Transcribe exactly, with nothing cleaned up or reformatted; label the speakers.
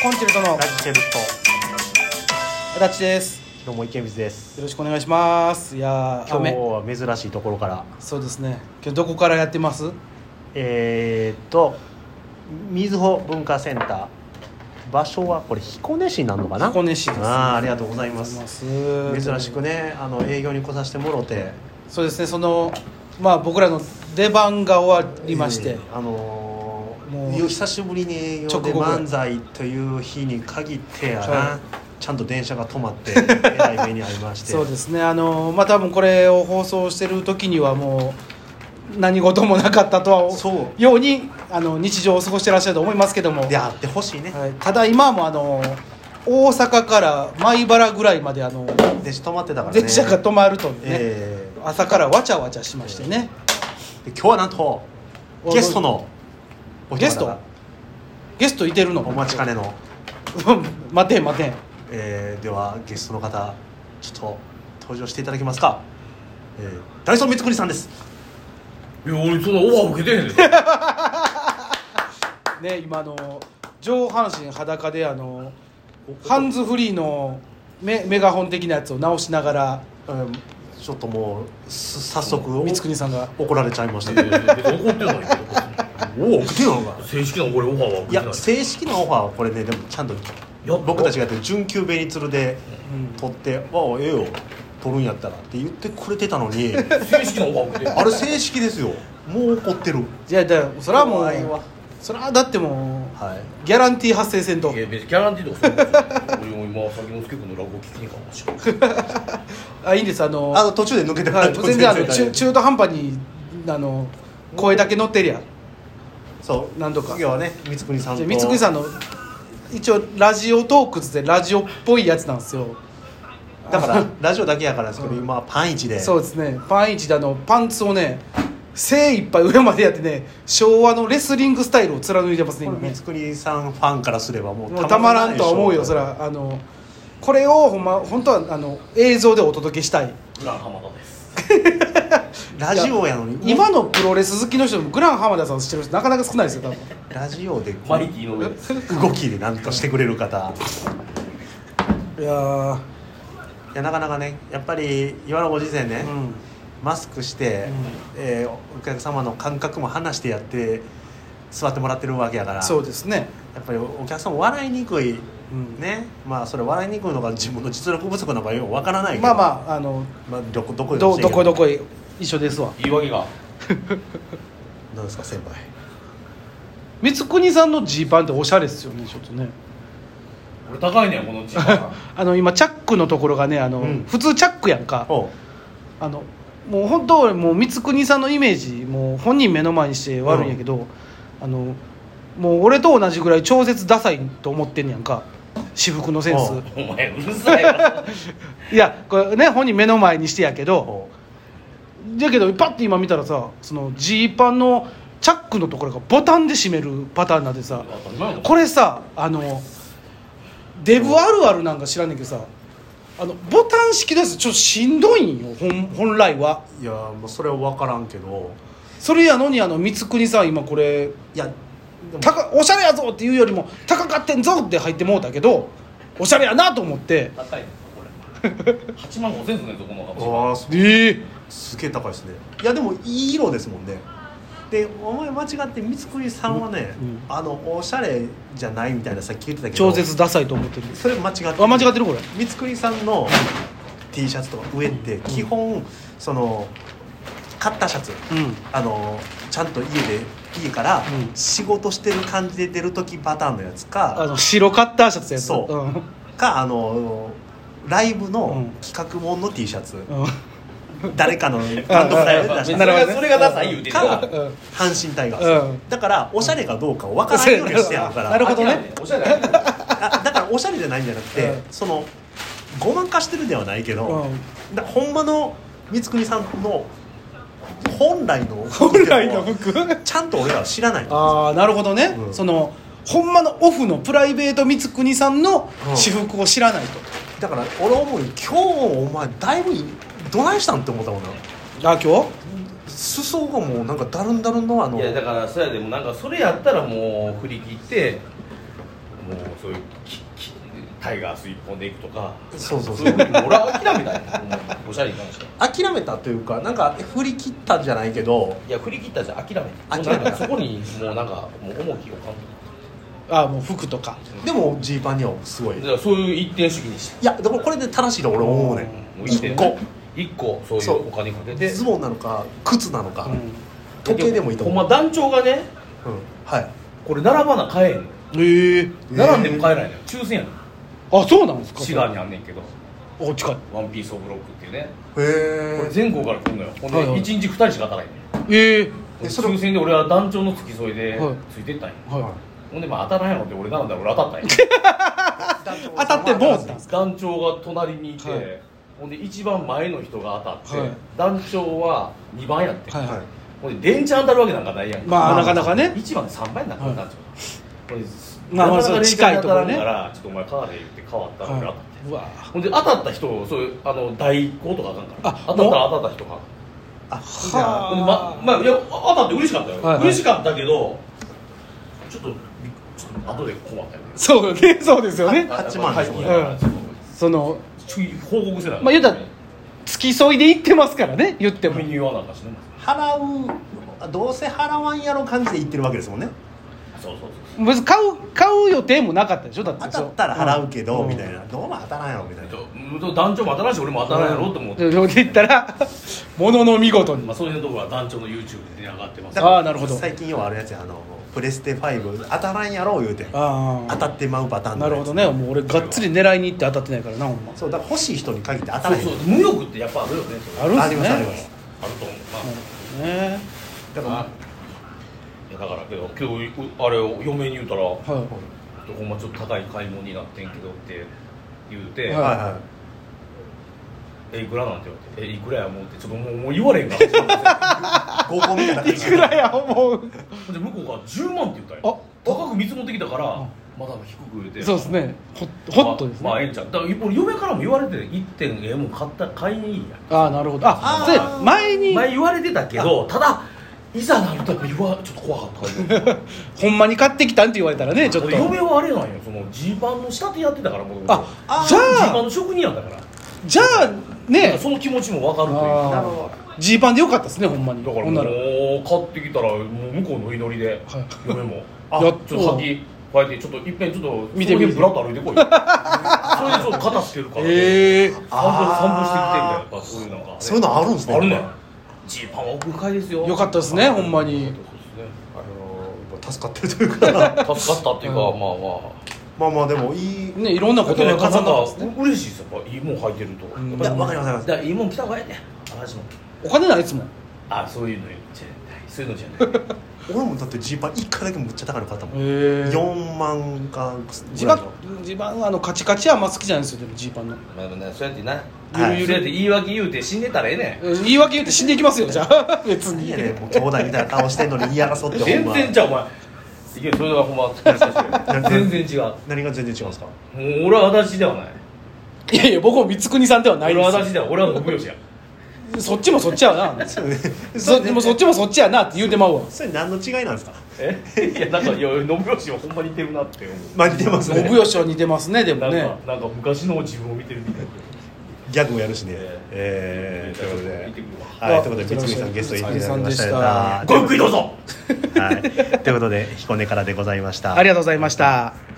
Speaker 1: コンチェルトの
Speaker 2: ラジチェルト。
Speaker 1: 足立です。
Speaker 2: どうも池水です。
Speaker 1: よろしくお願いします。いや
Speaker 2: 今日は珍しいところから。
Speaker 1: そうですね。今日どこからやってます？
Speaker 2: えー、っとみずほ文化センター、場所はこれ彦根市になるのかな。
Speaker 1: 彦根市です、ね、
Speaker 2: あ, ありがとうございます。珍しくね、あの営業に来させてもろて。
Speaker 1: そうですね。そのまあ僕らの出番が終わりまして、え
Speaker 2: ー、あのーもう久しぶりに営業で漫才という日に限ってやな、ちゃんと電車が止まってえらい目に遭いまして
Speaker 1: そうですね。あのまあ多分これを放送してる時にはもう何事もなかったとはそうようにあの日常を過ごしてらっしゃると思いますけども、
Speaker 2: であってほしいね、
Speaker 1: はい、ただ今もあの大阪から米原ぐらいまであの
Speaker 2: 電車止まってたからね。
Speaker 1: 電車が止まるとね、
Speaker 2: えー、
Speaker 1: 朝からわちゃわちゃしましてね、
Speaker 2: で今日はなんとゲストの
Speaker 1: ゲストゲストいてるの
Speaker 2: お待ちかねの
Speaker 1: 待て待て、
Speaker 2: えー、ではゲストの方ちょっと登場していただけますか。えー、ダイソン光圀さんです。
Speaker 3: いや俺そんなオファー受けてへんで
Speaker 1: ね、今あの上半身裸であのハンズフリーの メ, メガホン的なやつを直しながら、
Speaker 2: うん、ちょっともう早速
Speaker 1: 光圀さんが
Speaker 2: 怒られちゃいましたけど
Speaker 3: 怒ってないけど
Speaker 2: おお、受けなのか。
Speaker 3: 正式なこれオファーは受けてない。
Speaker 2: いや正式なオファーはこれね、でもちゃんと僕たちがやってる準急ベニツルで取って「わ、うん、あええよ取るんやったら」って言ってくれてたのに
Speaker 3: 正式なオファー受けてる。
Speaker 2: あれ正式ですよ。もう怒ってる。
Speaker 1: いやだそれはもうそれはだってもう、はい、ギャランティー発生せんと。
Speaker 3: いや別にギャランティーとかそう俺も今先之助君の落語聞きに行かもしれない
Speaker 1: あ、いいんです。あの
Speaker 2: あの途中で抜けてもらって
Speaker 1: 全然あの 中, 中途半端にあの声だけ乗ってりゃ
Speaker 2: そう
Speaker 1: なんとか。
Speaker 2: 次はね光圀さんと
Speaker 1: 光圀さんの一応ラジオトークズでラジオっぽいやつなんですよ。
Speaker 2: だからラジオだけやからですけど、うん、今パンイチで。
Speaker 1: そうですね。パンイチであのパンツをね精一杯上までやってね、昭和のレスリングスタイルを貫いてますね今ね。
Speaker 2: 光圀さんファンからすればもう
Speaker 1: たまらんとは思うよ。そらあのこれをほんま本当はあの映像でお届けしたい。
Speaker 3: グラン浜田です
Speaker 2: ラジオやのに
Speaker 1: 今のプロレス好きの人でもグラン浜田さん知ってる人なかなか少ないですよ多分。
Speaker 2: ラジオで
Speaker 3: マイティの上です
Speaker 2: 動きで何としてくれる方
Speaker 1: いや
Speaker 2: いやなかなかね、やっぱり今のご時世ね、うん、マスクして、うんえー、お客様の感覚も離してやって座ってもらってるわけやから。
Speaker 1: そうですね。
Speaker 2: やっぱりお客さんも笑いにくい、うん、ね、まあそれ笑いにくいのが自分の実力不足なのかよくわからないけど、
Speaker 1: まあまああの、
Speaker 2: まあ、どこどこ
Speaker 1: どどこどこ一緒ですわ。
Speaker 3: 言い訳が
Speaker 2: 何ですか先輩。
Speaker 1: 光圀さんのジーパンっておしゃれですよねちょっとね。
Speaker 3: これ高いねこのジーパン
Speaker 1: あの今チャックのところがねあの、うん、普通チャックやんか。あのもう本当もう光圀さんのイメージもう本人目の前にして悪いんやけど、うん、あのもう俺と同じぐらい超絶ダサいと思ってんやんか私服のセンス。
Speaker 3: お前うるさいわ
Speaker 1: いやこれね本人目の前にしてやけどだけどパッて今見たらさそのジーパンのチャックのところがボタンで閉めるパターンなんでさ、これさあのデブあるあるなんか知らんねんけどさあのボタン式のやつちょっとしんどいんよ 本, 本来は。
Speaker 2: いやもうそれは分からんけど
Speaker 1: それやのにあの光圀さん今これいや高おしゃれやぞっていうよりも高かってんぞって入ってもうたけどおしゃれやなと思って。
Speaker 3: 高いねこれはちまんごせんえんですねそこの
Speaker 2: ああえー、すげえ高いですね。いやでもいい色ですもんね。でお前間違って光圀さんはね、うんうん、あのおしゃれじゃないみたいなさっき言ってたけど
Speaker 1: 超絶ダサいと思ってる。
Speaker 2: それ間違ってる。
Speaker 1: あ間違ってるこれ。
Speaker 2: 光圀さんの T シャツとか上って基本、うん、そのカッターシャツ、うん、あのちゃんと家で家から仕事してる感じで出る時パターンのやつか、
Speaker 1: あの白カッターシャツやつ
Speaker 2: そう、うん、かあのライブの企画もんの T シャツ、うん誰かのバンドスタイルで出して
Speaker 3: るそれがダサい言うてる
Speaker 2: か阪神タイガース、うん、だからおしゃれかどうかを分からないようにしてやるから
Speaker 1: なるほどね。
Speaker 3: おしゃれ
Speaker 2: だからおしゃれじゃないんじゃなくて、うん、そのごまかしてるではないけど、うん、だほんまの光圀さんの本来の
Speaker 1: 本来の服
Speaker 2: ちゃんと俺らは知らない。
Speaker 1: ああなるほどね、うん、そのほんまのオフのプライベート光圀さんの私服を知らないと、
Speaker 2: うん、だから俺思うに今日お前だいぶどないしたんって思ったもんな。
Speaker 1: あ今日
Speaker 2: 裾がもうなんかダルンダルンのあの
Speaker 3: いやだからそれでもなんかそれやったらもう振り切ってもそういうタイガース一本で行くとか
Speaker 2: そうそうそう
Speaker 3: そういうふうに俺は諦めたんやおしゃれに関しては
Speaker 2: 諦めたというかなんか振り切ったんじゃないけど
Speaker 3: いや振り切ったじゃ諦めた
Speaker 2: 諦めた
Speaker 3: そこにもうなんかもう重きを感
Speaker 1: あもう服とか
Speaker 2: でもジーパンにはすごい
Speaker 3: じだからそういう一点主義にして
Speaker 2: いやでもこれで正しいの俺思うね
Speaker 3: もう
Speaker 2: 一個
Speaker 3: 一個そういうお金かけて
Speaker 2: ズボンなのか靴なのか、
Speaker 1: うん
Speaker 2: 時計でもいいと思う
Speaker 3: ほんま団長がね
Speaker 2: うん、はい
Speaker 3: これ並ばな買えんの
Speaker 1: ええ
Speaker 3: 並んでも買えないのよ抽選やの
Speaker 1: あそうなんですか
Speaker 3: 滋賀にあんねんけど
Speaker 1: お近い
Speaker 3: ワンピースオブロックっていうね
Speaker 2: へ
Speaker 3: これ全国から来るのよほん
Speaker 1: はいはい
Speaker 3: でいちにちふたりしか当たらへんねん
Speaker 1: ええ
Speaker 2: えそれ
Speaker 3: 抽選で俺は団長の付き添いで
Speaker 1: はい
Speaker 3: ついてったんや
Speaker 1: は
Speaker 3: ほんでまあ当たらんやろって俺並んだら俺当たったんや
Speaker 1: 当たってもうたんです
Speaker 3: 団長が隣にいて、
Speaker 1: はい
Speaker 3: ほんで一番前の人が当たって、
Speaker 1: はい
Speaker 3: 団長はにばんやって、
Speaker 1: はい
Speaker 2: はい
Speaker 3: ほんで電池当たるわけなんかないやんか、
Speaker 1: まあ
Speaker 2: まあ
Speaker 1: なかなかね
Speaker 3: いちばんでさんばいになった
Speaker 1: はい
Speaker 3: 団長ほんで
Speaker 1: まあまあ
Speaker 3: なかなか電池
Speaker 1: 近いところね
Speaker 3: 当たらんからちょっとお前買われ言って変わったら俺当たって、
Speaker 1: うわ
Speaker 3: ほんで当たった人そういうあの代行とかあかんから
Speaker 1: あ
Speaker 3: 当たったら当たった人が
Speaker 2: あじゃあ
Speaker 3: ほんでままあいや当たって嬉しかったよ、
Speaker 1: はいはい
Speaker 3: 嬉しかったけどちょっとちょっと後で困ったよね
Speaker 1: そうよねそうですよね
Speaker 2: はちまんですもんね
Speaker 1: うんその
Speaker 3: ちょい報告せな
Speaker 1: まあ言うたら付き添いで行ってますからね言っても
Speaker 3: メニューはなんかしね
Speaker 2: 払うどうせ払わんやろ感じで言ってるわけですもんね
Speaker 3: そうそうそう
Speaker 1: 別に買う買う予定もなかったでしょだって
Speaker 2: 当たったら払うけど、
Speaker 1: ん
Speaker 2: みたいなどうも当たらんやろみたいな
Speaker 3: そう団長も当たらんし俺も当たらんやろうと思って、
Speaker 1: で言ったらものの見事に
Speaker 3: まあ、そういうところは団長の YouTube で、ね、上がってます
Speaker 2: だから
Speaker 1: あーなるほど
Speaker 2: 最近ようあるやつやあのプレステファイブ当たらんやろ言うて
Speaker 1: あ
Speaker 2: 当たってまうパターンのやつ
Speaker 1: なるほどねもう俺がっつり狙いに行って当たってないからなほんま
Speaker 2: そうだから欲しい人に限って当たらへん
Speaker 3: そうそう無欲ってやっぱあるよねそれ
Speaker 1: あるんすね
Speaker 2: ありますあります
Speaker 3: あると思うな
Speaker 1: ね
Speaker 2: だから
Speaker 3: いやだからけど今日あれを嫁に言うたら、
Speaker 1: はい
Speaker 3: ほんまちょっと高い買い物になってんけどって言うて、
Speaker 1: はい
Speaker 2: はいは
Speaker 3: えいくらなんて言われてえいくらやもうってちょっともうもう言われへんから
Speaker 2: い合コンみたいな感
Speaker 1: い
Speaker 2: じ
Speaker 1: くらや思う
Speaker 3: で向こうがじゅうまんって言ったんや
Speaker 1: あ
Speaker 3: 高く見積もってきたから
Speaker 1: あ
Speaker 3: まだ低く言うて
Speaker 1: そうですねホッホットですね、
Speaker 3: まあ、まあええんちゃうだから俺嫁からも言われていってんええもん買った買いにいいや
Speaker 1: ああなるほどあ
Speaker 2: あー
Speaker 1: そうや前に
Speaker 3: 前言われてたけどただいざなるとやっぱ言わちょっと怖かった
Speaker 1: ほんまに買ってきたんって言われたらねちょっと
Speaker 3: 嫁はあれなんよそのジーパンの仕立てやってたからもともと
Speaker 1: あ
Speaker 2: あ
Speaker 1: じゃ
Speaker 3: ジーパン
Speaker 1: あ
Speaker 3: の職人やったから
Speaker 1: じゃあね
Speaker 3: その気持ちも分かるという
Speaker 1: あー
Speaker 2: なるほど
Speaker 1: ジーパンでよかったですねほんまに
Speaker 3: だからもう
Speaker 1: ほんなら
Speaker 3: 買ってきたらもう向こうの祈りで
Speaker 1: はい
Speaker 3: 嫁も
Speaker 1: あ
Speaker 3: ちょっと先こうやってちょっといっぺんちょっと
Speaker 1: 見てみる
Speaker 3: その辺ブラッと歩いてこいよそれでちょっと肩つけるから
Speaker 1: ええ
Speaker 3: 散歩散歩してきてみたいなやっぱそういうなんかね
Speaker 2: そういうのあるんですね
Speaker 3: あるねジーパンは奥深いですよ
Speaker 1: よかったですねほんまに
Speaker 3: そうですね
Speaker 2: あの助かってるというか
Speaker 3: 助かったっていうか、
Speaker 1: うん
Speaker 3: まあまあ
Speaker 2: まあまあでもいい
Speaker 1: ねいろんなことが重な
Speaker 3: なんか
Speaker 1: ったんですね
Speaker 3: 嬉しいですよやっぱいいもん履いてると、
Speaker 1: うん
Speaker 3: やっぱ
Speaker 2: いやわかりますわかります
Speaker 3: だからいいもん着た方がええね私も
Speaker 1: お金ないっすもん
Speaker 3: あそういうのじゃないそういうのじゃない
Speaker 2: 俺もだってジーパンいっかいだけむっちゃ高いの買ったもん
Speaker 1: へえ
Speaker 2: よんまんか
Speaker 1: ジーパ
Speaker 2: ぐらいの
Speaker 1: ンジーパンあのカチカチはあんま好きじゃないんですよでもジーパンの
Speaker 3: まあまあねそうやってな
Speaker 2: はい
Speaker 3: ゆるゆるやって言い訳言うて死んでたらええねん
Speaker 1: え言い訳言って死んでいきますよじゃあ別に
Speaker 2: いやねもう兄弟みたいな顔してんのに言い争ってほん
Speaker 3: 全
Speaker 2: ま
Speaker 3: 然ちゃうお前いけそれはほんま全然違うも
Speaker 2: 何が全然違うんですか
Speaker 3: う俺は足立ではない
Speaker 1: いやいや僕も光国さんではない
Speaker 3: 俺
Speaker 1: ですよ
Speaker 3: は足立では俺は信義や
Speaker 1: そっちもそっちやな
Speaker 2: そうね
Speaker 1: そでもそっちもそっちやなって言うてまうわ
Speaker 2: それ何の違いなんですか
Speaker 3: えいやなんかいや信義はほんま似てるなって思う
Speaker 2: まあ似てますね
Speaker 1: 信義は似てますねでも
Speaker 3: なんか
Speaker 1: ね
Speaker 3: なんか昔の自分を見てるみたいな
Speaker 2: ギャグもやるしね
Speaker 3: え
Speaker 2: えー、ということ
Speaker 3: 見
Speaker 2: で
Speaker 3: てくるわ
Speaker 2: はいということで三つさんゲストに来ていただきました
Speaker 1: 三つさんでした
Speaker 3: ごゆっくりどうぞ
Speaker 2: はいということで彦根からでございました
Speaker 1: ありがとうございました。